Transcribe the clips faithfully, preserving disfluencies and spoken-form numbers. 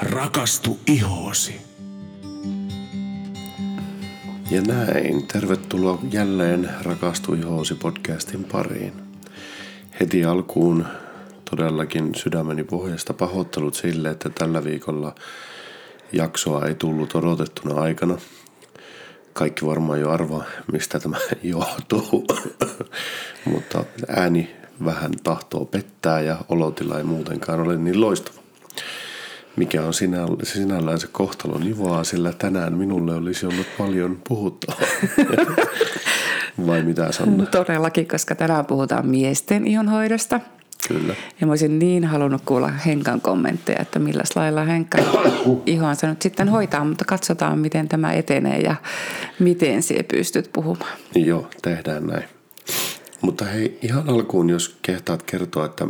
Rakastu ihoosi. Ja näin, tervetuloa jälleen Rakastu ihoosi podcastin pariin. Heti alkuun todellakin sydämeni pohjasta pahoittelut sille, että tällä viikolla jaksoa ei tullut odotettuna aikana. Kaikki varmaan jo arvaa, mistä tämä johtuu, mutta ääni vähän tahtoo pettää ja olotila ei muutenkaan ole niin loistava. Mikä on sinällään se kohtalon ivoa, sillä tänään minulle olisi ollut paljon puhuttavaa. Vai mitä, Sanna? Todellakin, koska tänään puhutaan miesten ihonhoidosta. Kyllä. Ja mä olisin niin halunnut kuulla Henkan kommentteja, että milläs lailla Henkka ihonsa nyt sitten hoitaa, mutta katsotaan miten tämä etenee ja miten se pystyt puhumaan. Joo, tehdään näin. Mutta hei, ihan alkuun, jos kehtaat kertoa, että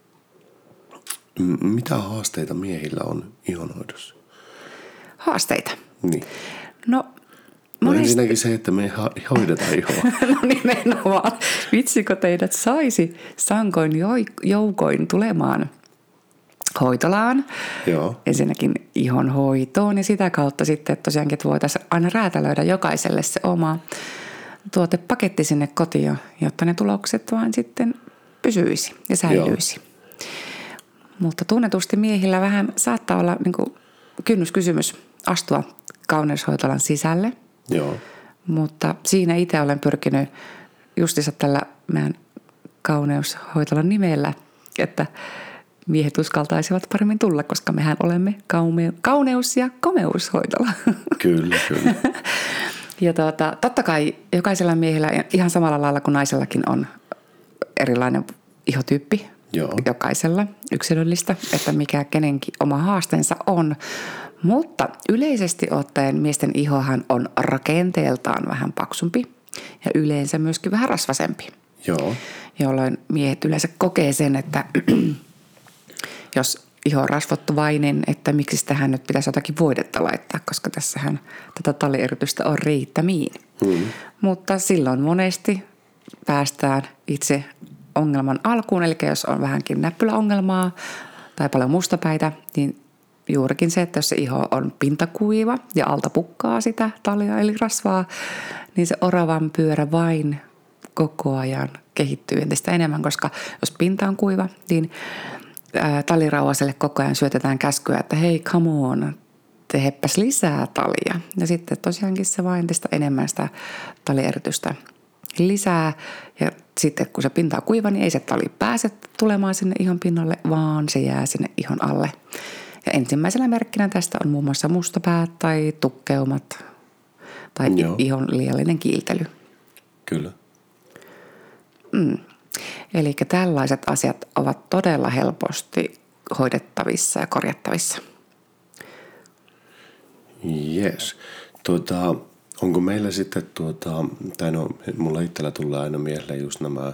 mitä haasteita miehillä on ihonhoidossa? Haasteita? Niin. No, no ensinnäkin se, että me hoidetaan ihoa. No nimenomaan. Vitsikö teidät saisi sankoin joukoin tulemaan hoitolaan. Joo. Ensinnäkin ihonhoitoon ja sitä kautta sitten että tosiaankin, että voitaisiin aina räätälöidä jokaiselle se oma tuotepaketti sinne kotiin, jotta ne tulokset vaan sitten pysyisi ja säilyisi. Joo. Mutta tunnetusti miehillä vähän saattaa olla niin kuin kynnyskysymys astua kauneushoitolan sisälle. Joo. Mutta siinä itse olen pyrkinyt justiinsa tällä meidän kauneushoitolan nimellä, että miehet uskaltaisivat paremmin tulla, koska mehän olemme kaume- kauneus- ja komeushoitola. Kyllä, kyllä. Ja tuota, totta kai jokaisella miehellä ihan samalla lailla kuin naisellakin on erilainen ihotyyppi. Joo. Jokaisella yksilöllistä, että mikä kenenkin oma haasteensa on. Mutta yleisesti ottaen miesten ihohan on rakenteeltaan vähän paksumpi ja yleensä myöskin vähän rasvasempi. Joo. Jolloin miehet yleensä kokee sen, että jos iho on rasvottuvainen, että miksi tähän nyt pitäisi jotakin voidetta laittaa, koska tässähän tätä talierytystä on riittämiin. Hmm. Mutta silloin monesti päästään itse ongelman alkuun, eli jos on vähänkin näppyläongelmaa tai paljon mustapäitä, niin juurikin se, että jos se iho on pintakuiva ja alta pukkaa sitä talia eli rasvaa, niin se oravan pyörä vain koko ajan kehittyy entistä enemmän, koska jos pinta on kuiva, niin talirauhaselle koko ajan syötetään käskyä, että hei, come on, teheppäs lisää talia. Ja sitten tosiaankin se vain entistä enemmän sitä talierytystä lisää ja sitten kun se pinta on kuiva, niin ei se tali pääse tulemaan sinne ihon pinnalle, vaan se jää sinne ihon alle. Ja ensimmäisenä merkkinä tästä on muun muassa mustapäät tai tukkeumat tai Joo. ihon liiallinen kiiltely. Kyllä. Mm. Eli tällaiset asiat ovat todella helposti hoidettavissa ja korjattavissa. Yes. Tuota, onko meillä sitten, tuota, tai no, mulla itsellä tulee aina mieleen just nämä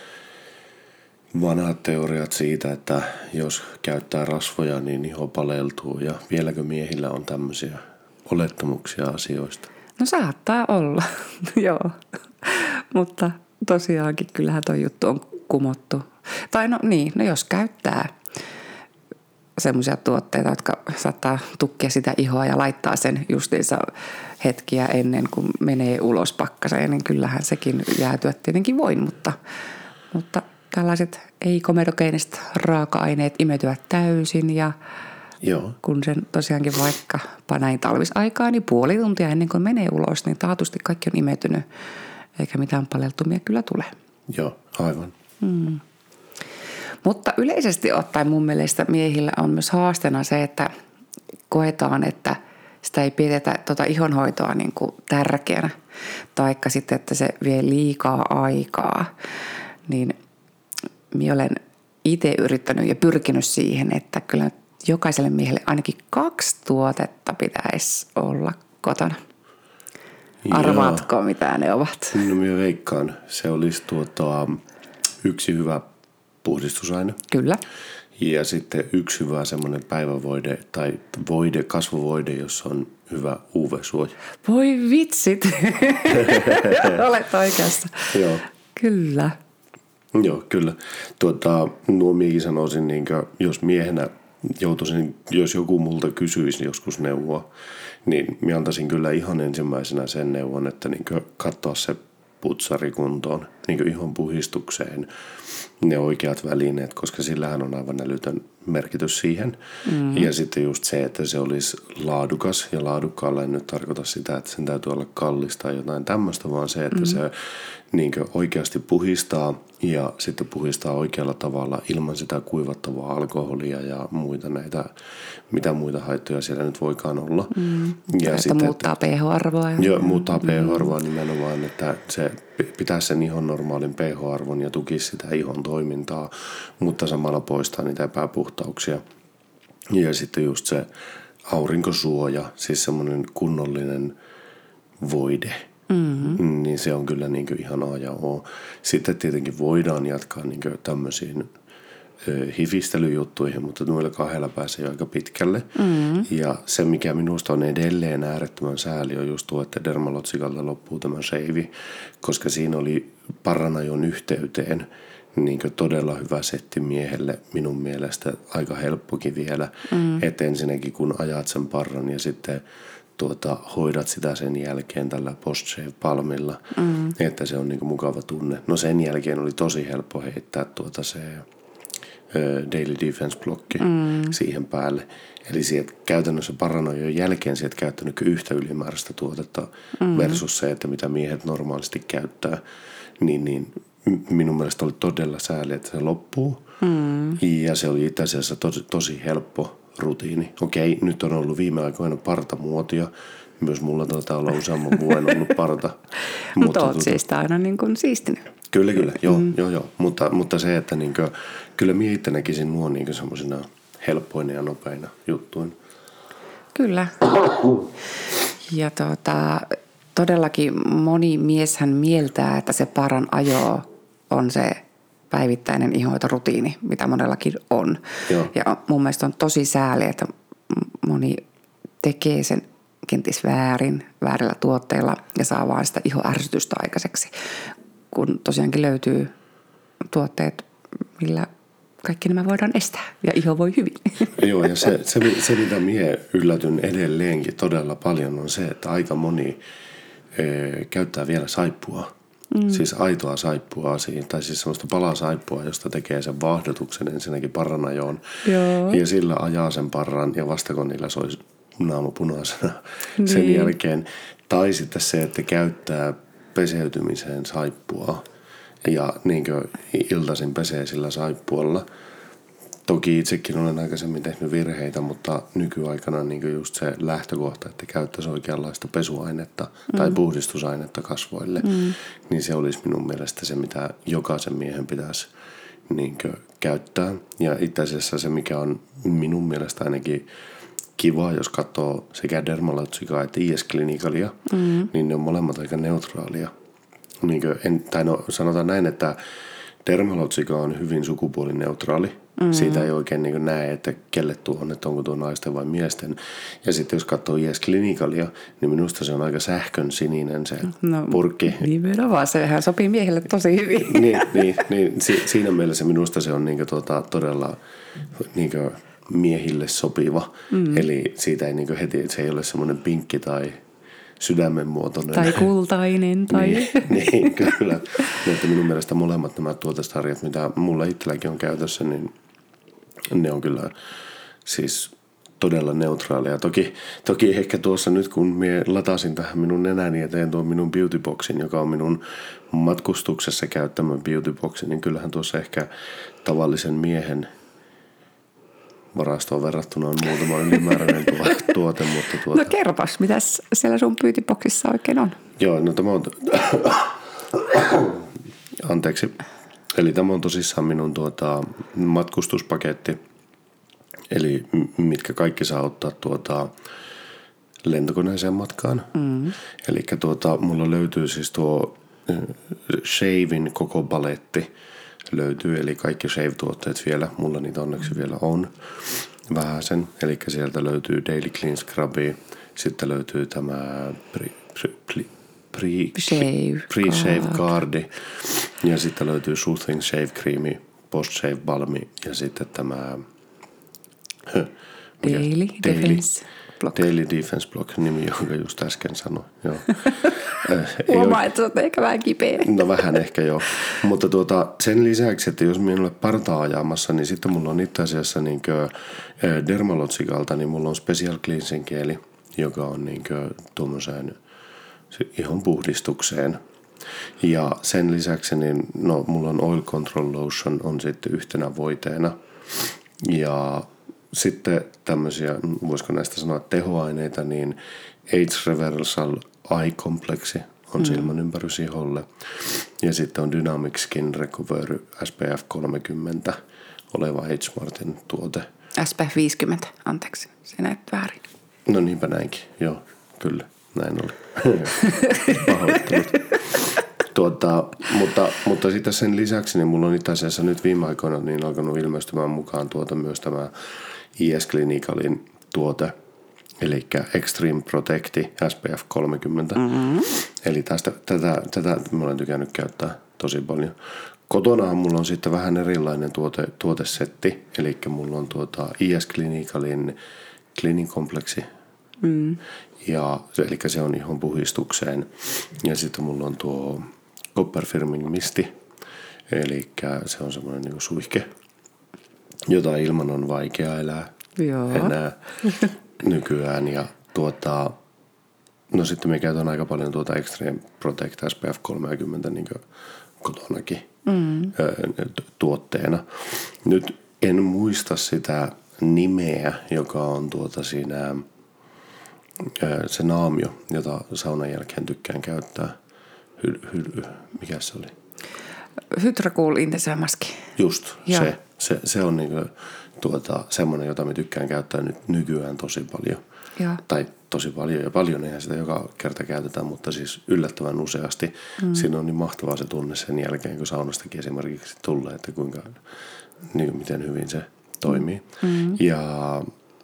vanhat teoriat siitä, että jos käyttää rasvoja, niin iho paleltuu. Ja vieläkö miehillä on tämmöisiä olettamuksia asioista? No saattaa olla, joo. Mutta tosiaankin kyllähän toi juttu on kumottu. Tai no niin, no jos käyttää semmoisia tuotteita, jotka saattaa tukkia sitä ihoa ja laittaa sen justiinsa hetkiä ennen kuin menee ulos pakkaseen, niin kyllähän sekin jäätyä tietenkin voi, mutta, mutta tällaiset ei-komedogeeniset raaka-aineet imetyvät täysin ja Joo. kun sen tosiaankin vaikka näin talvisaikaa, niin puoli tuntia ennen kuin menee ulos, niin taatusti kaikki on imetynyt, eikä mitään paleltumia kyllä tule. Joo, aivan. Hmm. Mutta yleisesti ottaen mun mielestä miehillä on myös haasteena se, että koetaan, että sitä ei pidetä tuota ihonhoitoa niin kuin tärkeänä, taikka sitten, että se vie liikaa aikaa, niin minä olen itse yrittänyt ja pyrkinyt siihen, että kyllä jokaiselle miehelle ainakin kaksi tuotetta pitäisi olla kotona. Arvaatko, mitä ne ovat? No minä veikkaan. Se olisi tuota, yksi hyvä puhdistusaine. Kyllä. Ja sitten yksi hyvä semmoinen päivävoide tai voide, kasvovoide, jossa on hyvä U V-suoja. Voi vitsit. Olet oikeassa. Joo. Kyllä. Joo, kyllä. Tuota, nuo miekin sanoisin, niin kuin, jos miehenä joutuisin, jos joku multa kysyisi joskus neuvoa, niin minä antaisin kyllä ihan ensimmäisenä sen neuvon, että niin katsoa se putsari kuntoon, niin ihon puhistukseen, ne oikeat välineet, koska sillähän on aivan älytön merkitys siihen. Mm-hmm. Ja sitten just se, että se olisi laadukas, ja laadukkaalla en nyt tarkoita sitä, että sen täytyy olla kallista tai jotain tämmöistä, vaan se, että mm-hmm. se niin oikeasti puhistaa ja sitten puhistaa oikealla tavalla ilman sitä kuivattavaa alkoholia ja muita näitä, mitä muita haittoja siellä nyt voikaan olla. Mm. Ja että sitten, muuttaa pH-arvoa. Joo, muuttaa pH-arvoa nimenomaan, että se pitää sen ihon normaalin pH-arvon ja tukisi sitä ihon toimintaa, mutta samalla poistaa niitä epäpuhtauksia. Ja sitten just se aurinkosuoja, siis semmoinen kunnollinen voide. Mm-hmm. Niin se on kyllä niin kuin ihan A ja O. Sitten tietenkin voidaan jatkaa niin kuin tämmöisiin ö, hifistelyjuttuihin, mutta noilla kahdella pääsee jo aika pitkälle. Mm-hmm. Ja se, mikä minusta on edelleen äärettömän sääli, on just tuo, että Dermalogikalta loppuu tämä shave, koska siinä oli Paranajon yhteyteen niin kuin todella hyvä setti miehelle minun mielestä, aika helppokin vielä. Mm-hmm. Että ensinnäkin kun ajat sen parran ja sitten tuota, hoidat sitä sen jälkeen tällä post-shave-palmilla, mm. että se on niinku mukava tunne. No sen jälkeen oli tosi helppo heittää tuota se ö, Daily Defense-blokki mm. siihen päälle. Eli sieltä käytännössä Paranojon jälkeen sieltä käyttänyt yhtä ylimääräistä tuotetta mm. versus se, että mitä miehet normaalisti käyttää. Niin, niin minun mielestä oli todella sääli, että se loppuu. Mm. Ja se oli itse asiassa tosi, tosi helppo rutiini. Okei, nyt on ollut viime aikoina partamuotia. Myös mulla taitaa olla useamman vuoden ollut parta. Mutta olet siis aina niin kuin siistinyt. Kyllä, kyllä. Joo, mm. joo, joo. Mutta, mutta se, että niin kuin, kyllä minä itse näkisin nuo niin semmoisina helppoina ja nopeina juttuina. Kyllä. Ja tuota, todellakin moni mieshän mieltää, että se paran ajo on se päivittäinen ihoitorutiini, mitä monellakin on. Joo. Ja mun mielestä on tosi sääli, että moni tekee sen kenties väärin, väärillä tuotteilla ja saa vaan sitä ihoärsytystä aikaiseksi, kun tosiaankin löytyy tuotteet, millä kaikki nämä voidaan estää ja iho voi hyvin. Joo, ja se, se, se mitä minä yllätyn edelleenkin todella paljon on se, että aika moni e, käyttää vielä saippua. Mm. Siis aitoa saippua siihen, tai siis semmoista palasaippua, josta tekee sen vaahdotuksen ensinnäkin Paranajoon. Joo. Ja sillä ajaa sen parran ja vasta kun niillä soisi naama punaisena niin. sen jälkeen. Tai sitten se, että käyttää peseytymiseen saippua ja niin kuin iltaisin pesee sillä saippualla. Toki itsekin olen aikaisemmin tehnyt virheitä, mutta nykyaikana niin just se lähtökohta, että käyttäisi oikeanlaista pesuainetta mm. tai puhdistusainetta kasvoille, mm. niin se olisi minun mielestä se, mitä jokaisen miehen pitäisi niin käyttää. Ja itse asiassa se, mikä on minun mielestä ainakin kiva, jos katsoo sekä Dermalogicaa että I S-Clinicalia, mm. niin ne on molemmat aika neutraalia. Niin en, tai no, sanotaan näin, että Dermalogica on hyvin sukupuolineutraali. Mm-hmm. Siitä ei oikein niin näe, että kelle tuo on, että onko tuo naisten vai miesten. Ja sitten jos katsoo I S-Clinicalia, niin minusta se on aika sähkön sininen se no, purkki. Nimenomaan, sehän sopii miehelle tosi hyvin. niin, niin, niin si- siinä mielessä minusta se on niin kuin, tuota, todella niin kuin miehille sopiva. Mm-hmm. Eli siitä ei niin kuin heti, se ei ole semmoinen pinkki tai sydämen muotoinen. Tai kultainen. Tai... niin, niin, kyllä. Että minun mielestä molemmat nämä tuotesarjat, mitä mulla itselläkin on käytössä, niin ne on kyllä siis todella neutraaleja. Toki, toki ehkä tuossa nyt, kun minä latasin tähän minun nenäni ja teen tuon minun beautyboxin, joka on minun matkustuksessa käyttämän beautyboxin, niin kyllähän tuossa ehkä tavallisen miehen varastoon verrattuna on muutama ylimääräinen tuote, mutta tuota... No kerropas, mitäs siellä sun beautyboxissa oikein on? Joo, no tämä on... Anteeksi. Eli tämä on tosissaan minun tuota matkustuspaketti. Eli mitkä kaikki saa ottaa tuota lentokoneeseen matkaan. Mm. Eli tuota, mulla löytyy siis tuo Shavein koko paletti. Löytyy, eli kaikki shave-tuotteet vielä, mulla niitä onneksi vielä on vähäsen, eli sieltä löytyy Daily Clean Scrubia, sitten löytyy tämä pre, pre, pre, pre, shave pre-shave guardi, ja sitten löytyy Soothing Shave Creami, Post Shave Balmi, ja sitten tämä Daily Defense Block. Daily Defense Block, nimi, jonka just äsken sanoin. Joo. Huomaa, että olet ehkä vähän kipeä. No vähän ehkä joo. Mutta tuota, sen lisäksi, että jos minä en ole partaa ajamassa, niin sitten mulla on itse asiassa niin kuin Dermalogikalta, niin mulla on Special Cleansing Gel, joka on niin kuin tuommoiseen ihon puhdistukseen. Ja sen lisäksi, niin no, mulla on Oil Control Lotion on sitten yhtenä voiteena. Ja sitten tämmöisiä, voisiko näistä sanoa tehoaineita, niin Age Reversal Eye Complexi on mm. silmän ympärysiholle. Ja sitten on Dynamic Skin Recovery S P F kolmekymmentä oleva Age Smartin tuote. S P F viisikymmentä, anteeksi, sinä et väärin. No niinpä näinkin, joo, kyllä, näin oli. Pahoittelut. Tuota, mutta, mutta sitten sen lisäksi niin mulla on itse asiassa nyt viime aikoina niin alkanut ilmestymään mukaan tuota myös tämä I S Clinicalin tuote, eli Extreme Protecti S P F kolmekymmentä. Mm-hmm. Eli tästä, tätä, tätä mä olen tykännyt käyttää tosi paljon. Kotonahan mulla on sitten vähän erilainen tuote, tuotesetti, eli mulla on tuota I S Clinicalin Cleaning Complexi. Mm. Ja, eli se on ihon puhistukseen. Ja sitten mulla on tuo Copper Firming Misti, eli se on semmoinen niin kuin suihke, jota ilman on vaikea elää Joo. enää nykyään. Ja tuota, no sitten me käytän aika paljon tuota Extreme Protect S P F kolmekymmentä niin kuin kotonakin mm. tuotteena. Nyt en muista sitä nimeä, joka on tuota siinä se naamio, jota saunan jälkeen tykkään käyttää. Hy, hy, mikä se oli? Hydrocool Intensive Mask. Just, se, se, se on niinku tuota, semmoinen, jota me tykkään käyttää nyt nykyään tosi paljon. Ja. Tai tosi paljon ja paljon, eihän sitä joka kerta käytetään, mutta siis yllättävän useasti. Mm. Siinä on niin mahtavaa se tunne sen jälkeen, kun saunastakin esimerkiksi tulee, että kuinka, niin miten hyvin se toimii. Mm. Ja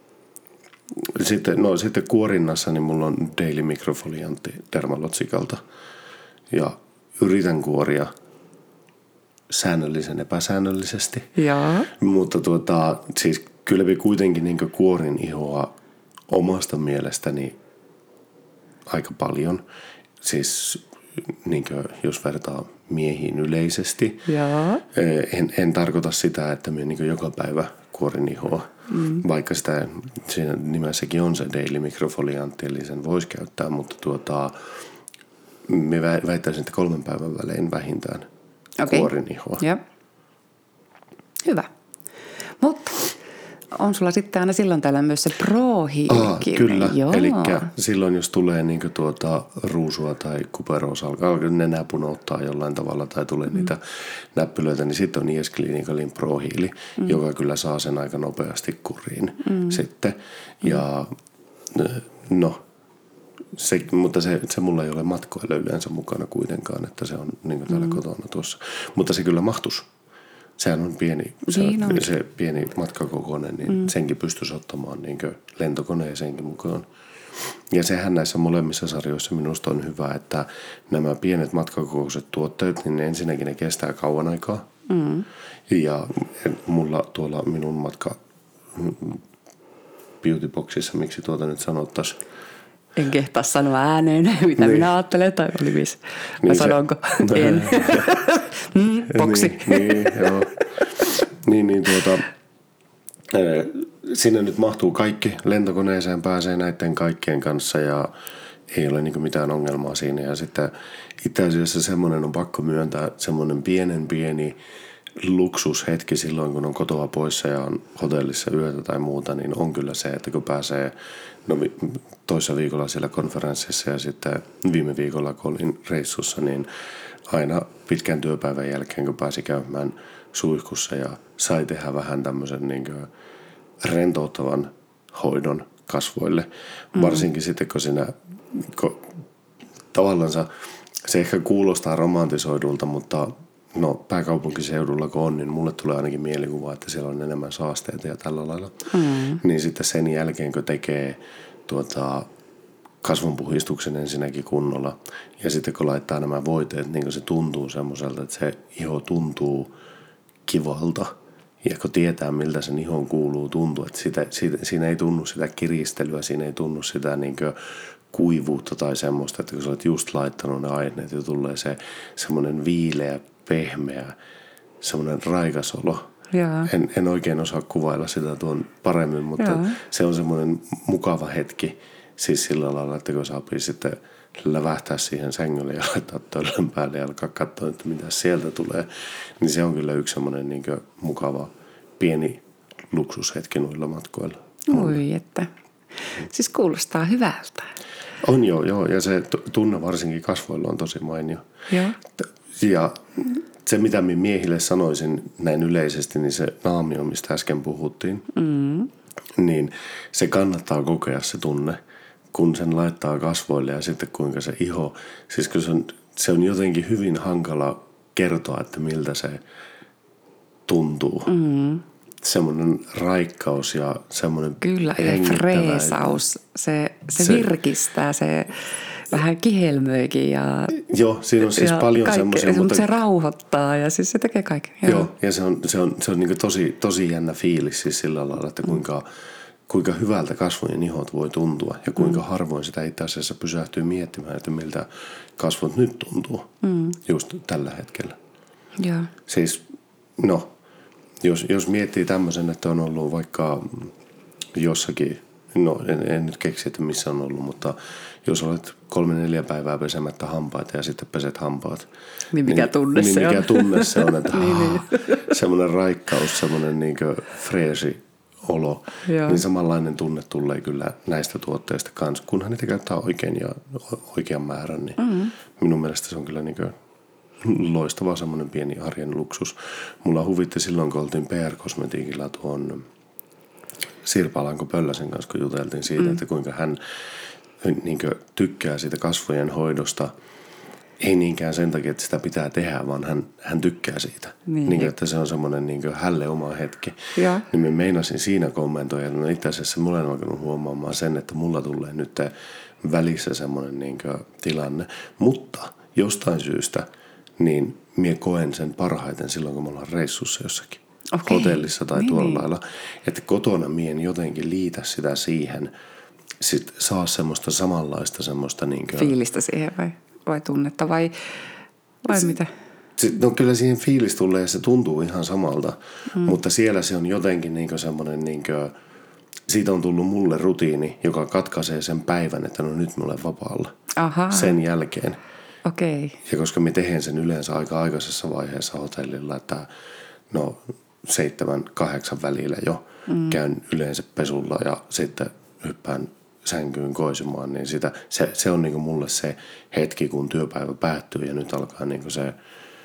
sitten, no, sitten kuorinnassa niin mulla on Daily Microfoliantti Dermalogicalta. Ja yritän kuoria säännöllisen epäsäännöllisesti. Jaa. Mutta tuota, siis kyllä kuitenkin niin kuorin ihoa omasta mielestäni aika paljon. Siis niin jos vertaa miehiin yleisesti. Jaa. En, en tarkoita sitä, että minä niin joka päivä kuorin ihoa. Mm. Vaikka sitä siinä nimessäkin on se Daily Microfoliantti, eli sen voisi käyttää, mutta tuota, me väittäisin, että kolmen päivän välein vähintään okay. kuorin ihoa. Ja. Hyvä. Mutta on sulla sitten aina silloin täällä myös se Pro-hiilikin. Kyllä, eli silloin jos tulee niinku tuota ruusua tai kuperoos, alkaa nenä punouttaa jollain tavalla tai tulee mm. niitä näppylöitä, niin sitten on I S Clinicalin Pro-hiili, mm. joka kyllä saa sen aika nopeasti kuriin mm. sitten. Ja no, se, mutta se, se mulla ei ole matkoilla yleensä mukana kuitenkaan, että se on niin kuin täällä mm. kotona tuossa. Mutta se kyllä mahtuisi. Sehän on pieni, se, niin on. se pieni matkakokoinen, niin mm. senkin pystyisi ottamaan niin kuin lentokoneeseenkin mukaan. Ja sehän näissä molemmissa sarjoissa minusta on hyvä, että nämä pienet matkakokoiset tuotteet, niin ensinnäkin ne kestää kauan aikaa. Mm. Ja mulla tuolla minun matka beautyboxissa, miksi tuota nyt sanottaisiin, en kehtaa sanoa ääneen, mitä niin. minä ajattelen, tai oli missä. Vai niin sanonko? Se, en. mm, boksi. Niin, niin, joo. niin, niin tuota, sinne nyt mahtuu kaikki. Lentokoneeseen pääsee näiden kaikkien kanssa ja ei ole niin mitään ongelmaa siinä. Ja sitten itse asiassa semmoinen on pakko myöntää, semmoinen pienen pieni luksushetki silloin, kun on kotoa poissa ja on hotellissa yötä tai muuta, niin on kyllä se, että kun pääsee no, toissa viikolla siellä konferenssissa ja sitten viime viikolla, kun olin reissussa, niin aina pitkän työpäivän jälkeen, kun pääsi käymään suihkussa ja sai tehdä vähän tämmöisen niin kuin rentouttavan hoidon kasvoille. Mm-hmm. Varsinkin sitten, kun siinä kun, tavallaan se ehkä kuulostaa romantisoidulta, mutta no pääkaupunkiseudulla kun on, niin mulle tulee ainakin mielikuva, että siellä on enemmän saasteita ja tällä lailla. Mm. Niin sitten sen jälkeen, kun tekee tuota, kasvonpuhistuksen ensinnäkin kunnolla ja sitten kun laittaa nämä voiteet, niin se tuntuu semmoiselta, että se iho tuntuu kivalta ja kun tietää, miltä sen ihon kuuluu tuntua, että sitä, siitä, siinä ei tunnu sitä kiristelyä, siinä ei tunnu sitä niin kuin kuivuutta tai semmoista, että kun sä olet just laittanut ne aineet ja tulee se semmoinen viileä, pehmeä, semmoinen raikas olo. En, en oikein osaa kuvailla sitä tuon paremmin, mutta Jaa. se on semmoinen mukava hetki. Siis sillä lailla, että kun saapii sitten lävähtää siihen sängylle ja laittaa töllön päälle ja alkaa katsoa, että mitä sieltä tulee, niin se on kyllä yksi semmoinen niin kuin mukava pieni luksushetki noilla matkoilla. Oi, että. Siis kuulostaa hyvältä. On joo, joo. Ja se tunne varsinkin kasvoilla on tosi mainio. Joo. Ja se, mitä minä miehille sanoisin näin yleisesti, niin se naamio, mistä äsken puhuttiin, mm. niin se kannattaa kokea se tunne, kun sen laittaa kasvoille ja sitten kuinka se iho, siis kun se on, se on jotenkin hyvin hankala kertoa, että miltä se tuntuu. Mm. Semmoinen raikkaus ja semmoinen kyllä, ja freesaus, se, se, se virkistää, se vähän kihelmöikin ja joo, siinä on siis paljon semmoisia, mutta se rauhoittaa ja siis se tekee kaiken. Joo, joo ja se on, se on, se on niin tosi, tosi jännä fiilis siis sillä lailla, että kuinka, mm. kuinka hyvältä kasvojen ihot voi tuntua ja kuinka mm. harvoin sitä itse asiassa pysähtyy miettimään, että miltä kasvot nyt tuntuu mm. just tällä hetkellä. Joo. Siis, no, jos, jos miettii tämmöisen, että on ollut vaikka jossakin, no en, en nyt keksi, että missä on ollut, mutta jos olet kolme neljä päivää pesemättä hampaita ja sitten peset hampaat. Niin mikä tunne niin, se niin on? Mikä tunne se on, että niin, niin. semmoinen raikkaus, semmoinen niin kuin freesi olo. Joo. Niin samanlainen tunne tulee kyllä näistä tuotteista kanssa, kunhan niitä käyttää oikein ja oikean määrän. Niin mm-hmm. minun mielestä se on kyllä niin kuin loistava semmoinen pieni arjen luksus. Mulla huvitti silloin, kun oltiin P R-kosmetiikilla tuon Sirpa Alanko-Pölläsen kanssa, kun juteltiin siitä, mm. että kuinka hän niin kuin tykkää siitä kasvojen hoidosta. Ei niinkään sen takia, että sitä pitää tehdä, vaan hän, hän tykkää siitä. Niin. Niin kuin, että se on semmoinen niin kuin hälle oma hetki. Ja. Niin mä meinasin siinä kommentoida, että no itse asiassa mulla on alkanut huomaamaan sen, että mulla tulee nyt välissä semmoinen niin kuin tilanne. Mutta jostain syystä niin mie koen sen parhaiten silloin, kun me ollaan reissussa jossakin. Okay. Hotellissa tai niin, tuolla niin. lailla. Että kotona mien jotenkin liitä sitä siihen, sit saa semmoista samanlaista semmoista niinkö fiilistä siihen vai, vai tunnetta vai, vai se, mitä? Se, no kyllä siihen fiilis tulee ja se tuntuu ihan samalta, mm. mutta siellä se on jotenkin niinkö semmoinen niinkö, siitä on tullut mulle rutiini, joka katkaisee sen päivän, että no nyt mä olen vapaalla. Aha. Sen jälkeen. Okei. Okay. Ja koska mä teen sen yleensä aika aikaisessa vaiheessa hotellilla, että no seitsemän, kahdeksan välillä jo mm. käyn yleensä pesulla ja sitten hyppään sänkyyn koisimaan, niin sitä, se, se on niinku mulle se hetki, kun työpäivä päättyy ja nyt alkaa niinku se,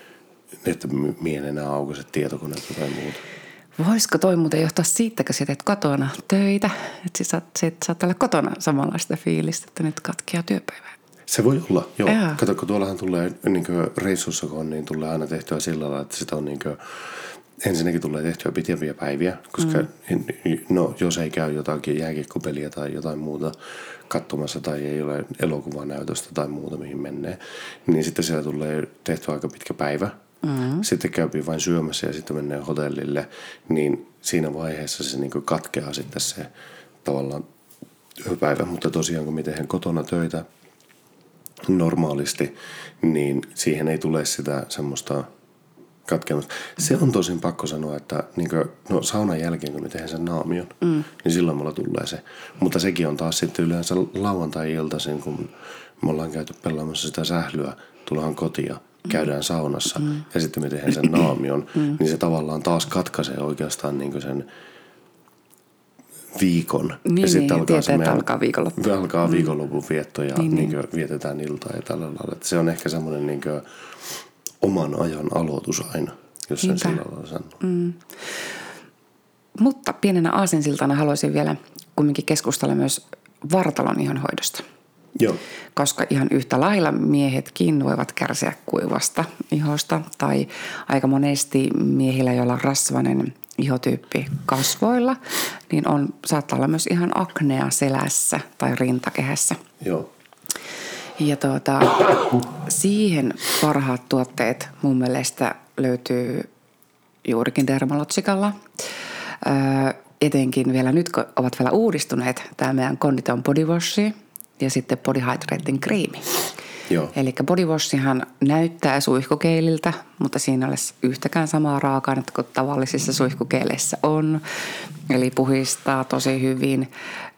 että mien enää aukaise tietokoneet tai muuta. Voisiko toi muuten johtaa siitä, kun sä teet kotona töitä, että sä saat olla kotona samanlaista fiilistä, että nyt katkeaa työpäivää? Se voi olla, joo. Jaa. Kato, kun tuollahan tulee niin reissussa, kun on, niin tulee aina tehtyä sillä lailla, että sitä on niin kuin, ensinnäkin tulee tehtyä pitempiä päiviä, koska mm. no, jos ei käy jotakin jääkiekkopeliä tai jotain muuta katsomassa tai ei ole elokuvanäytöstä tai muuta, mihin menee, niin sitten siellä tulee tehtyä aika pitkä päivä. Mm. Sitten käypi vain syömässä ja sitten menee hotellille, niin siinä vaiheessa se niin kuin katkeaa sitten se tavallaan työpäivä. Mutta tosiaan, kun me tehdään kotona töitä normaalisti, niin siihen ei tule sitä semmoista katkeamista. Se on tosin pakko sanoa, että niin kuin, no, saunan jälkeen, kun me tehdään sen naamion, mm. niin silloin mulla tulee se. Mutta sekin on taas sitten yleensä lauantai-iltaisin, kun me ollaan käyty pelaamassa sitä sählyä, tullaan kotiin, käydään saunassa mm. ja sitten me tehdään sen naamion, mm. niin se tavallaan taas katkaisee oikeastaan niin kuin sen viikon. Niin, ja sitten niin, alkaa, tietää, että alkaa viikonloppu. Alkaa viikonlopun vietto ja niin, niin. Niin vietetään iltaa ja tällä lailla. Että se on ehkä semmoinen niin oman ajan aloitus aina, jos sen sillä lailla sanoo. Mm. Mutta pienenä aasinsiltana haluaisin vielä kumminkin keskustella myös vartalon ihonhoidosta. Joo. Koska ihan yhtä lailla miehetkin voivat kärsiä kuivasta ihosta tai aika monesti miehillä, joilla on rasvainen ihotyyppi kasvoilla, niin on, saattaa olla myös ihan aknea selässä tai rintakehässä. Joo. Ja tuota, siihen parhaat tuotteet mun mielestä löytyy juurikin Dermalogicalla. Öö, etenkin vielä nyt, kun ovat vielä uudistuneet, tämä meidän Conditon Body Wash ja sitten Body Hydrating Creami. Eli body washihan näyttää suihkukeililtä, mutta siinä ei ole yhtäkään samaa raaka-ainetta kuin tavallisissa suihkukeileissä on. Eli puhistaa tosi hyvin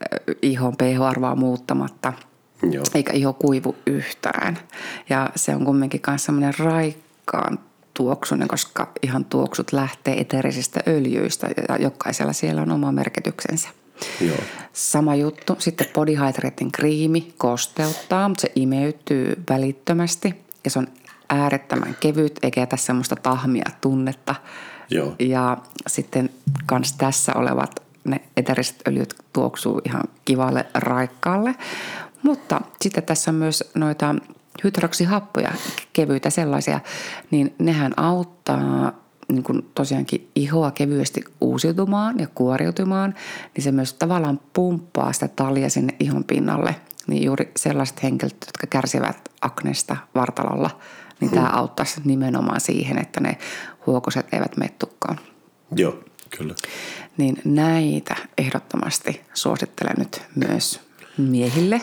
ihon pH-arvoa muuttamatta, Joo. eikä iho kuivu yhtään. Ja se on kumminkin myös semmoinen raikkaan tuoksunen, koska ihan tuoksut lähtee eteerisistä öljyistä ja jokaisella siellä on oma merkityksensä. Joo. Sama juttu. Sitten Body Hydrating Creami kosteuttaa, mutta se imeytyy välittömästi ja se on äärettömän kevyt, eikä jätä semmoista tahmia tunnetta. Joo. Ja sitten kans tässä olevat ne eteriset öljyt tuoksuu ihan kivalle raikkaalle. Mutta sitten tässä on myös noita hydroksihappoja, kevyitä sellaisia, niin nehän auttaa niin kuin tosiaankin ihoa kevyesti uusiutumaan ja kuoriutumaan, niin se myös tavallaan pumppaa sitä talia sinne ihon pinnalle. Niin juuri sellaiset henkilöt, jotka kärsivät aknesta vartalolla, niin hmm. tämä auttaisi nimenomaan siihen, että ne huokoset eivät mene tukkaan. Joo, kyllä. Niin näitä ehdottomasti suosittelen nyt myös miehille.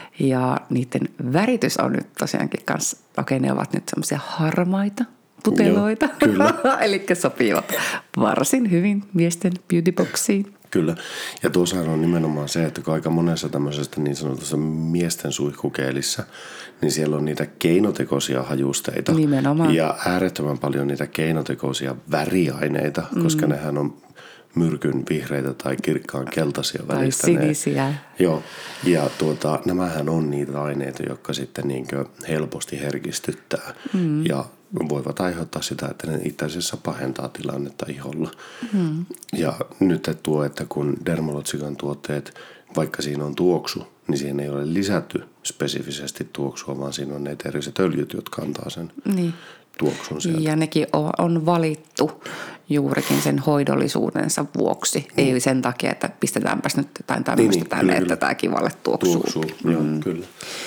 Ja niiden väritys on nyt tosiaankin kanssa, okei ne ovat nyt semmoisia harmaita puteloita, eli sopivat varsin hyvin miesten beautyboxiin. Kyllä, ja tuossa on nimenomaan se, että aika monessa tämmöisestä niin sanotussa miesten suihkukeelissä, niin siellä on niitä keinotekoisia hajusteita. Nimenomaan. Ja äärettömän paljon niitä keinotekoisia väriaineita, koska mm. nehän on myrkyn vihreitä tai kirkkaan keltaisia välistä. Tai sinisiä. Joo, ja tuota, nämähän on niitä aineita, jotka sitten niin helposti herkistyttää mm. ja voivat aiheuttaa sitä, että ne itse asiassa pahentaa tilannetta iholla. Mm. Ja nyt tuo, että kun Dermalogican tuotteet, vaikka siinä on tuoksu, niin siihen ei ole lisätty spesifisesti tuoksua, vaan siinä on ne eteeriset öljyt, jotka antaa sen niin. tuoksun sieltä. Ja nekin on valittu juurikin sen hoidollisuudensa vuoksi. Mm. Ei sen takia, että pistetäänpäs nyt jotain tämmöistä niin, tänne, kyllä, että tämä kivalle tuoksuu. Tuoksuu, mm. joo, kyllä.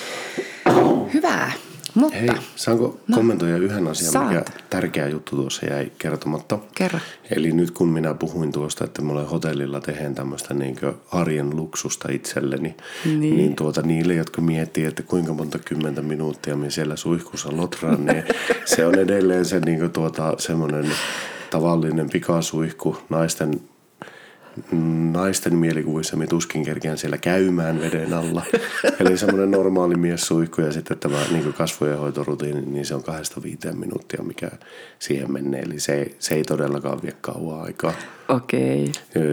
Hyvä. Mutta, hei, saanko no, kommentoida yhden asian, saat. Mikä tärkeä juttu tuossa jäi kertomatta? Kerro. Eli nyt kun minä puhuin tuosta, että mä olen hotellilla tehden tämmöistä niin arjen luksusta itselleni, niin, niin tuota, niille, jotka miettii, että kuinka monta kymmentä minuuttia minä siellä suihkussa lotraan, niin se on edelleen se niin tuota, semmoinen tavallinen pikasuihku naisten naisten mielikuvissa me tuskin kerkeän siellä käymään veden alla. Eli semmoinen normaali miessuihku ja sitten tämä niin kasvojen hoitorutiini, niin se on kahdesta viiteen minuuttia, mikä siihen menee. Eli se, se ei todellakaan vie kauan aikaa. Okei.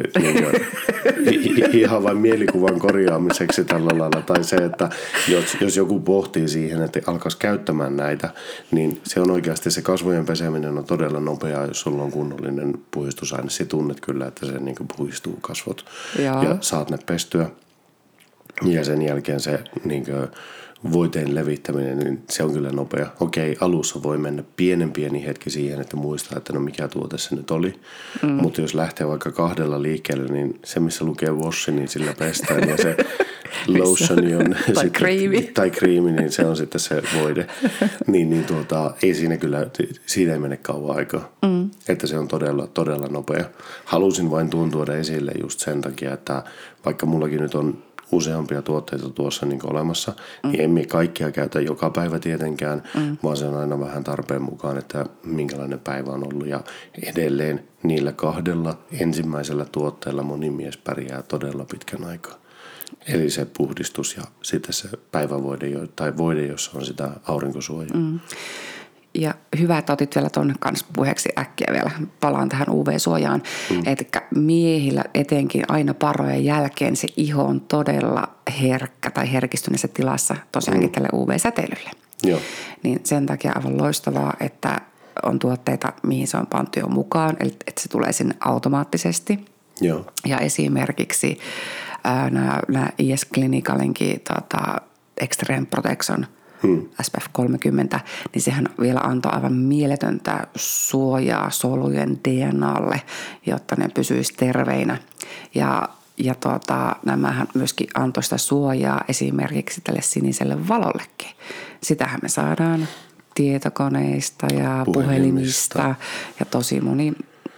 Niin, ihan vain mielikuvan korjaamiseksi tällä lailla. Tai se, että jos, jos joku pohtii siihen, että alkaisi käyttämään näitä, niin se on oikeasti se kasvojen peseminen on todella nopeaa, jos sulla on kunnollinen puhistusaine. Sä tunnet kyllä, että se niin puhistuu kasvot. Joo. Ja saat ne pestyä. Ja sen jälkeen se niin kuin voiteen levittäminen, niin se on kyllä nopea. Okei, alussa voi mennä pienen pieni hetki siihen, että muistaa, että no mikä tuote se nyt oli. Mm. Mutta jos lähtee vaikka kahdella liikkeelle, niin se missä lukee wash, niin sillä pestään. Ja se lotioni on tai kriimi. Tai kriimi, niin se on sitten se voide. niin, niin tuota, ei siinä kyllä, siinä ei mene kauan aikaa. Mm. Että se on todella, todella nopea. Halusin vain tuon tuoda esille just sen takia, että vaikka mullakin nyt on useampia tuotteita tuossa niin olemassa, mm. niin emme kaikkia käytä joka päivä tietenkään, mm. vaan se on aina vähän tarpeen mukaan, että minkälainen päivä on ollut. Ja edelleen niillä kahdella ensimmäisellä tuotteella moni mies pärjää todella pitkän aikaa. Eli se puhdistus ja sitten se päivävoide tai voide, jossa on sitä aurinkosuojaa. Mm. Ja hyvä, että otit vielä tuonne kanssa puheeksi äkkiä vielä. Palaan tähän U V-suojaan. Mm. Että miehillä etenkin aina parojen jälkeen se iho on todella herkkä tai herkistyneessä tilassa tosiaankin mm. tälle U V-säteilylle. Joo. Niin sen takia aivan loistavaa, että on tuotteita, mihin se on pantu jo mukaan, eli että se tulee sinne automaattisesti. Joo. Ja esimerkiksi ää, nämä, nämä I S Clinicalinkin tota, Extreme Protection Hmm. S P F kolmekymmentä, niin sehän vielä antoi aivan mieletöntä suojaa solujen D N A:lle, jotta ne pysyisi terveinä. Ja, ja tuota, nämähän myöskin antoi sitä suojaa esimerkiksi tälle siniselle valollekin. Sitähän me saadaan tietokoneista ja puhelimista, puhelimista ja tosi moni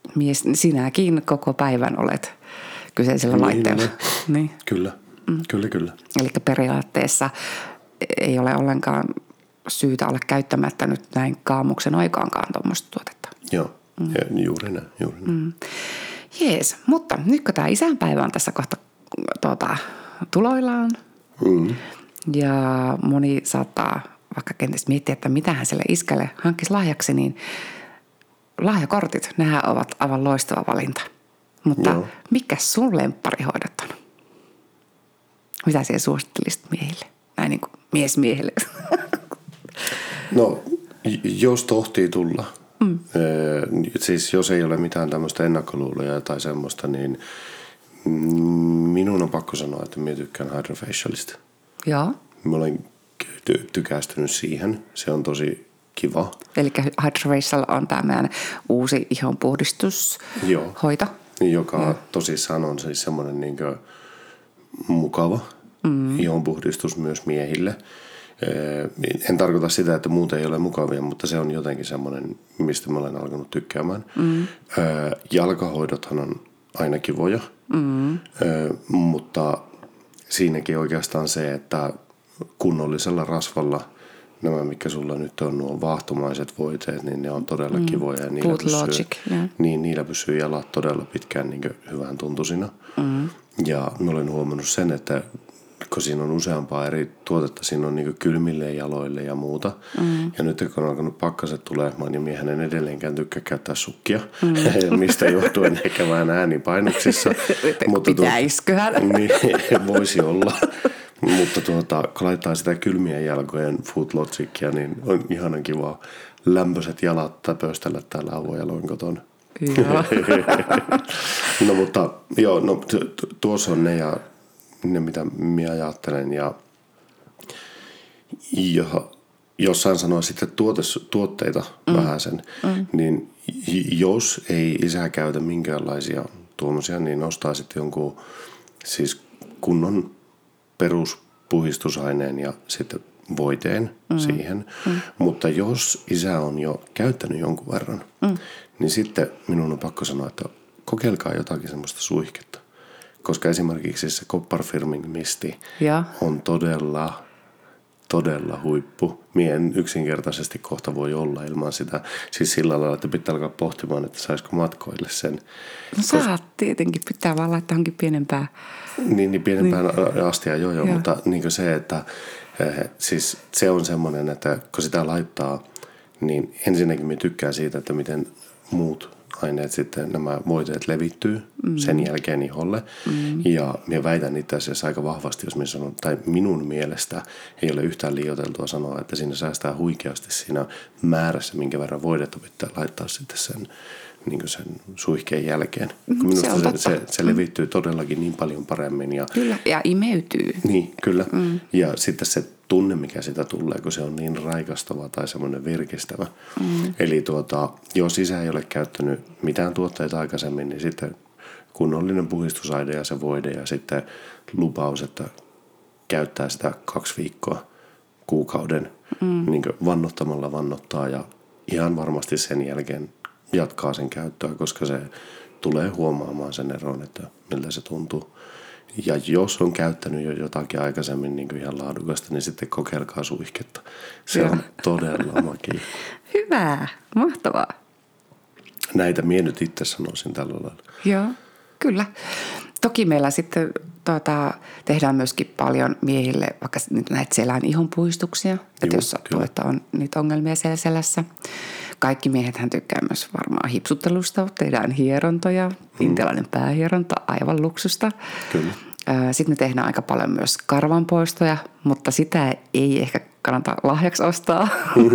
mies, sinäkin koko päivän olet kyseisellä Niin, laitteella. niin. Niin. Kyllä, mm. kyllä, kyllä. Eli periaatteessa ei ole ollenkaan syytä olla käyttämättä nyt näin kaamuksen aikaankaan tuommoista tuotetta. Joo, mm. ja juuri näin, juuri näin. Mm. Jees, mutta nyt kun tämä isänpäivä on tässä kohta tuota, tuloillaan mm. ja moni saattaa vaikka kenties miettiä, että mitähän sille iskälle hankkisi lahjaksi, niin lahjakortit, nehän ovat aivan loistava valinta. Mutta Joo. mikä sun lempparihoidot on? Mitä siellä suosittelisit miehille? Näin niin kuin mies miehille. No, jos tohtii tulla, mm. siis jos ei ole mitään tämmöistä ennakkoluuloja tai semmoista, niin minun on pakko sanoa, että minä tykkään Hydrofacialista. Joo. Mä olen ty- tykästynyt siihen. Se on tosi kiva. Eli Hydrofacial on tämä meidän uusi ihonpuhdistushoito. Joka Joo. tosissaan on siis semmoinen niin kuin mukava mm. ihonpuhdistus myös miehille. En tarkoita sitä, että muut ei ole mukavia, mutta se on jotenkin semmoinen, mistä mä olen alkanut tykkäämään. Mm. Jalkahoidothan on aina kivoja, mm. mutta siinäkin oikeastaan se, että kunnollisella rasvalla nämä, mitkä sulla nyt on, nuo vaahtomaiset voiteet, niin ne on todella mm. kivoja. Ja niillä pysyy, Logic, yeah. niin, niillä pysyy jalat todella pitkään niin hyvän tuntuisina. Mm. Ja mä olen huomannut sen, että kun siinä on useampaa eri tuotetta, siinä on niin kylmille jaloille ja muuta. Mm. Ja nyt kun on alkanut pakkaset tulemaan, niin miehän en edelleenkään tykkää käyttää sukkia. Mm. Mistä johtuen ehkä vähän äänipainoksissa. Pitäisiköhän? Niin, voisi olla. Mutta tuota, kun laittaa sitä kylmien jalkojen Food Logicia, niin on ihanan kiva lämpöiset jalat täpöstellä täällä avojaloin kotona. Joo. No mutta joo, no, tuossa on ne ja ne, mitä minä ajattelen. Ja, ja jos saan sanoa sitten tuotes, tuotteita mm. vähän sen, mm. niin jos ei isä käytä minkäänlaisia tuommoisia, niin ostaa sitten jonkun siis kunnon peruspuhistusaineen ja sitten voiteen mm. siihen. Mm. Mutta jos isä on jo käyttänyt jonkun verran, mm. niin sitten minun on pakko sanoa, että kokeilkaa jotakin semmoista suihketta. Koska esimerkiksi se Copperfirming Misti ja. on todella, todella huippu. Mie en yksinkertaisesti kohta voi olla ilman sitä. Siis sillä lailla, että pitää alkaa pohtimaan, että saisiko matkoille sen. No saat Kos... tietenkin, pitää vaan laittaa johonkin pienempää. Niin, niin pienempään niin. astia joo, joo, mutta niin se, että eh, siis se on semmoinen, että kun sitä laittaa, niin ensinnäkin minä tykkään siitä, että miten muut aineet sitten, nämä voiteet levittyy mm. sen jälkeen iholle. Mm. Ja minä väitän itse asiassa aika vahvasti, jos minä sanon, tai minun mielestä ei ole yhtään liioiteltua sanoa, että siinä säästää huikeasti siinä määrässä, minkä verran voidetta pitää laittaa sitten sen, niin sen suihkeen jälkeen. Mm, minusta se, se, se, se levittyy todellakin niin paljon paremmin. Ja, kyllä, ja imeytyy. Niin, kyllä. Mm. Ja sitten se tunne, mikä sitä tulee, kun se on niin raikastava tai semmoinen virkistävä. Mm. Eli tuota, jos isä ei ole käyttänyt mitään tuotteita aikaisemmin, niin sitten kunnollinen puhistusaine ja se voide ja sitten lupaus, että käyttää sitä kaksi viikkoa kuukauden mm. niin kuin vannottamalla vannottaa ja ihan varmasti sen jälkeen jatkaa sen käyttöä, koska se tulee huomaamaan sen eron, että miltä se tuntuu. Ja jos on käyttänyt jo jotakin aikaisemmin niin kuin ihan laadukasta, niin sitten kokeilkaa suihketta. Se Joo. on todella makia. Hyvä, mahtavaa. Näitä minä nyt itse sanoisin tällä lailla. Joo, kyllä. Toki meillä sitten tuota, tehdään myöskin paljon miehille vaikka näitä selän ihonpuistuksia. Että jos sattuu, että on niitä ongelmia siellä selässä. Kaikki miehethän tykkää myös varmaan hipsuttelusta. Tehdään hierontoja, hmm. intialainen päähieronta, aivan luksusta. Kyllä. Sitten me tehdään aika paljon myös karvanpoistoja, mutta sitä ei ehkä kannata lahjaksi ostaa.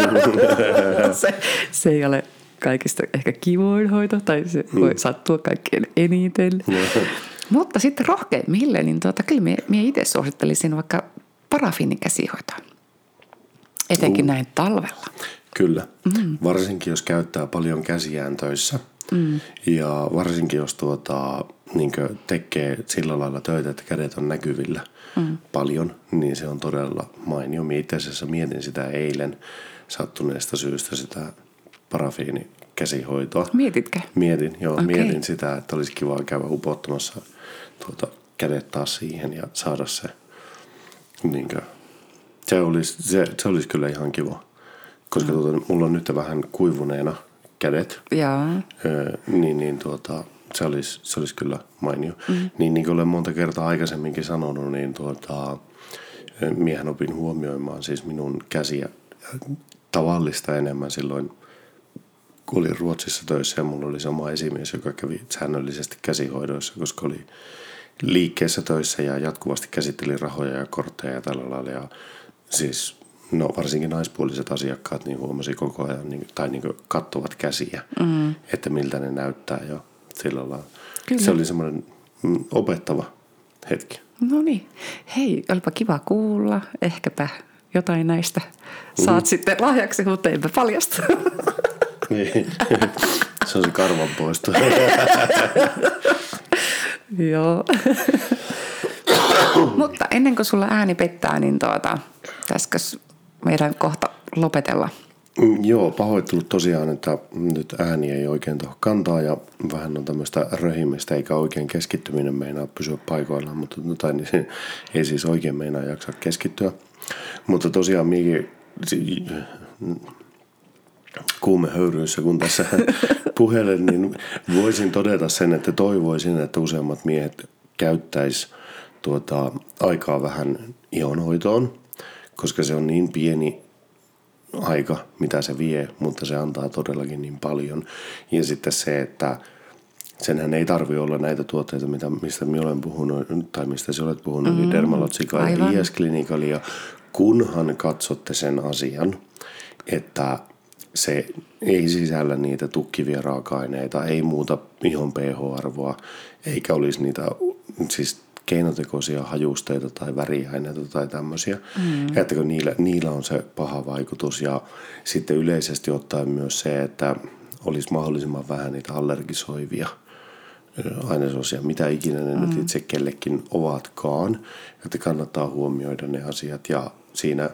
se, se ei ole kaikista ehkä kivoin hoito, tai se hmm. voi sattua kaikkein eniten. Mutta sitten rohkeimmille, niin tuota, kyllä minä itse suosittelisin vaikka parafiinikäsihoitoa. Etenkin uh. näin talvella. Kyllä. Mm. Varsinkin jos käyttää paljon käsiään töissä mm. ja varsinkin jos tuota, niin tekee sillä lailla töitä, että kädet on näkyvillä mm. paljon, niin se on todella mainio. Minä itse asiassa mietin sitä eilen sattuneesta syystä sitä parafiinikäsihoitoa käsihoitoa. Mietitkö? Mietin, joo, Okay. mietin sitä, että olisi kiva käydä upottamassa tuota, kädet taas siihen ja saada se, niin kuin, se, olisi, se, se olisi kyllä ihan kiva. Koska mm. tuota, mulla on nyt vähän kuivuneena kädet, Joo. öö, niin, niin tuota, se, olisi, se olisi kyllä mainio. Mm. Niin, niin kuin olen monta kertaa aikaisemminkin sanonut, niin tuota, miehän opin huomioimaan siis minun käsiä tavallista enemmän silloin, kun olin Ruotsissa töissä ja mulla oli sama esimies, joka kävi säännöllisesti käsihoidoissa, koska oli liikkeessä töissä ja jatkuvasti käsitteli rahoja ja kortteja ja tällä lailla. Ja siis, no varsinkin naispuoliset asiakkaat niin huomasi koko ajan, niin, tai niin katsovat käsiä, mm. että miltä ne näyttää ja sillä lailla. Kyllä. Se oli semmoinen mm, opettava hetki. No niin. Hei, olipa kiva kuulla. Ehkäpä jotain näistä saat mm. sitten lahjaksi, mutta eipä paljasta. Se on se karvan poisto. Joo. Mutta ennen kuin sulla ääni pettää, niin tuota, pitäisikös meidän kohta lopetella? Mm, joo, pahoittelut tosiaan, että nyt ääni ei oikein tuohon kantaa ja vähän on tämmöistä röhimistä, eikä oikein keskittyminen meinaa pysyä paikoillaan, mutta tai niin, ei siis oikein meinaa jaksaa keskittyä. Mutta tosiaan minäkin kuumehöyryissä, kun tässä puhelen, niin voisin todeta sen, että toivoisin, että useammat miehet käyttäisi tuota, aikaa vähän ihonhoitoon, koska se on niin pieni aika, mitä se vie, mutta se antaa todellakin niin paljon. Ja sitten se, että senhän ei tarvitse olla näitä tuotteita, mitä, mistä minä olen puhunut, tai mistä sinä olet puhunut, mm, niin Dermalogica ja I S Clinicalia, kunhan katsotte sen asian, että se ei sisällä niitä tukkivia raaka-aineita, ei muuta ihon pH-arvoa, eikä olisi niitä siis keinotekoisia hajusteita tai väriaineita tai tämmöisiä. Mm. Että kun niillä, niillä on se paha vaikutus. Ja sitten yleisesti ottaen myös se, että olisi mahdollisimman vähän niitä allergisoivia ainesosia, mitä ikinä ne mm. nyt itse kellekin ovatkaan. Että kannattaa huomioida ne asiat. Ja siinä,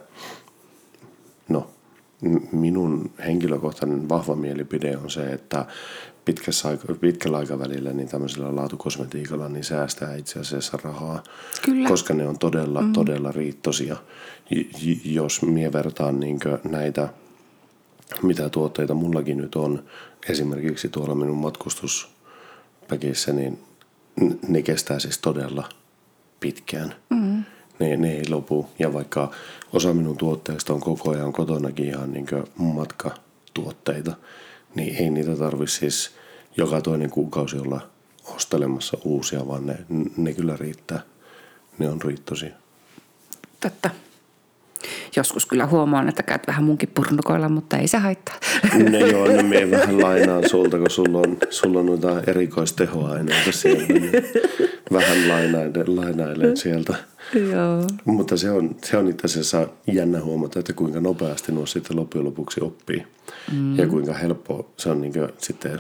no, minun henkilökohtainen vahva mielipide on se, että pitkällä aikavälillä niin tämmöisellä laatukosmetiikalla niin säästää itse asiassa rahaa, Kyllä. koska ne on todella, mm. todella riittoisia. J- jos mie vertaan niin näitä, mitä tuotteita mullakin nyt on, esimerkiksi tuolla minun matkustuspäkissä, niin ne kestää siis todella pitkään. Mm. Ne, ne ei lopu. Ja vaikka osa minun tuotteista on koko ajan kotonakin ihan niin matkatuotteita, niin ei niitä tarvitse siis joka toinen kuukausi olla ostelemassa uusia, vaan ne, ne kyllä riittää. Ne on riittoisia. Totta. Joskus kyllä huomaan, että käyt vähän munkin purnukoilla, mutta ei se haittaa. No joo, no mie vähän lainaan sulta, kun sulla on, sulla on noita erikoistehoaineita sieltä. Niin vähän lainailen, lainailen sieltä. Joo. Mutta se on, se on itse asiassa jännä huomata, että kuinka nopeasti nuo sitten loppujen lopuksi oppii. Mm. Ja kuinka helppoa se on niin kuin sitten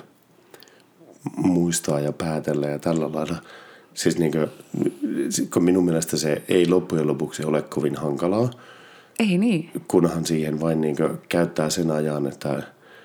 muistaa ja päätellä ja tällä lailla. Siis niin kuin, kun minun mielestä se ei loppujen lopuksi ole kovin hankalaa. Ei niin. Kunhan siihen vain niin kuin käyttää sen ajan, että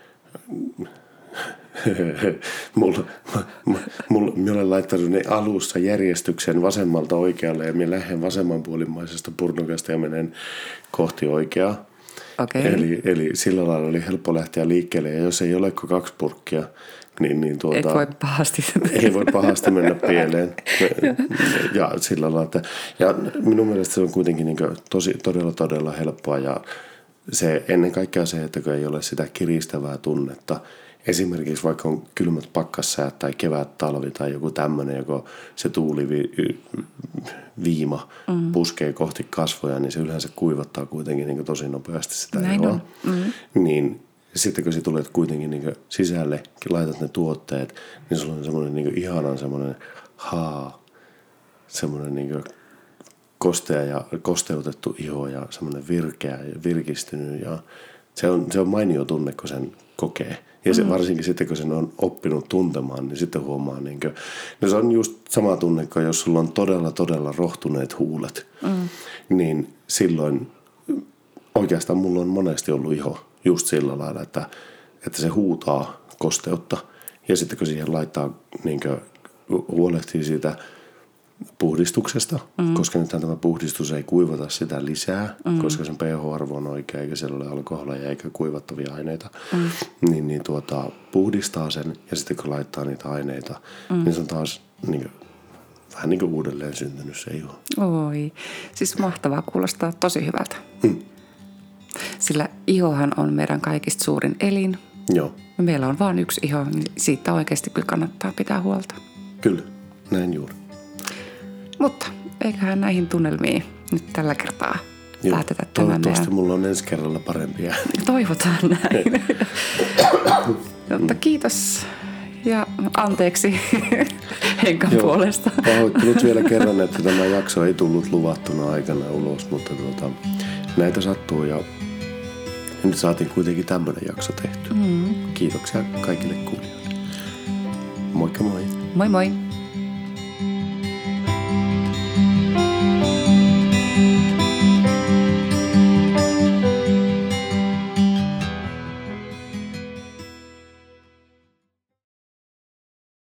mulla, mulla, minä olen laittanut ne alussa järjestyksen vasemmalta oikealle ja minä lähden vasemmanpuolimmaisesta purnukasta ja menen kohti oikeaa. Okay. Eli, eli sillä lailla oli helppo lähteä liikkeelle ja jos ei ole kuin kaksi purkkia, niin, niin tuota, Et voi pahasti. ei voi pahasti mennä pieleen. ja, sillä lailla, että, ja minun mielestä se on kuitenkin niin kuin tosi, todella, todella helppoa ja se, ennen kaikkea se, että kun ei ole sitä kiristävää tunnetta. Esimerkiksi vaikka on kylmät pakkassäät tai kevät, talvi tai joku tämmöinen, joko se tuuliviima mm. puskee kohti kasvoja, niin se yleensä kuivattaa kuitenkin niin tosi nopeasti sitä ehoa. Mm. Niin sitten kun sä tulet kuitenkin niin sisälle, laitat ne tuotteet, niin sulla on semmoinen niin ihanan semmoinen haa, semmoinen niin kostea ja kosteutettu iho ja semmoinen virkeä ja virkistynyt ja se on, se on mainio tunne, kun sen kokee. Ja se, mm. varsinkin sitten, kun sen on oppinut tuntemaan, niin sitten huomaa, niin kuin, no se on just sama tunne, kun jos sulla on todella, todella rohtuneet huulet, mm. niin silloin oikeastaan mulla on monesti ollut iho just sillä lailla, että, että se huutaa kosteutta. Ja sitten kun siihen laittaa, niin kuin, huolehtii siitä puhdistuksesta, mm. koska nythän tämä puhdistus ei kuivata sitä lisää, mm. koska sen pH-arvo on oikea, eikä siellä ole alkoholeja eikä kuivattavia aineita, mm. niin, niin tuota, puhdistaa sen ja sitten kun laittaa niitä aineita, mm. niin se on taas niin kuin, vähän niin kuin uudelleen syntynyt se iho. Oi, siis mahtavaa, kuulostaa tosi hyvältä. Mm. Sillä ihohan on meidän kaikista suurin elin. Joo. Meillä on vain yksi iho, niin siitä oikeasti kyllä kannattaa pitää huolta. Kyllä, näin juuri. Mutta eiköhän näihin tunnelmiin nyt tällä kertaa Joo, päätetä tämä meidän... toivottavasti mulla on ensi kerralla parempia. Toivotaan näin. Jotta kiitos ja anteeksi Henkan Joo, puolesta. Pahoittelut vielä kerran, että tämä jakso ei tullut luvattuna aikana ulos, mutta tuota, näitä sattuu ja nyt saatiin kuitenkin tämmöinen jakso tehty. Mm. Kiitoksia kaikille kuulijoille. Moikka moi. Moi moi.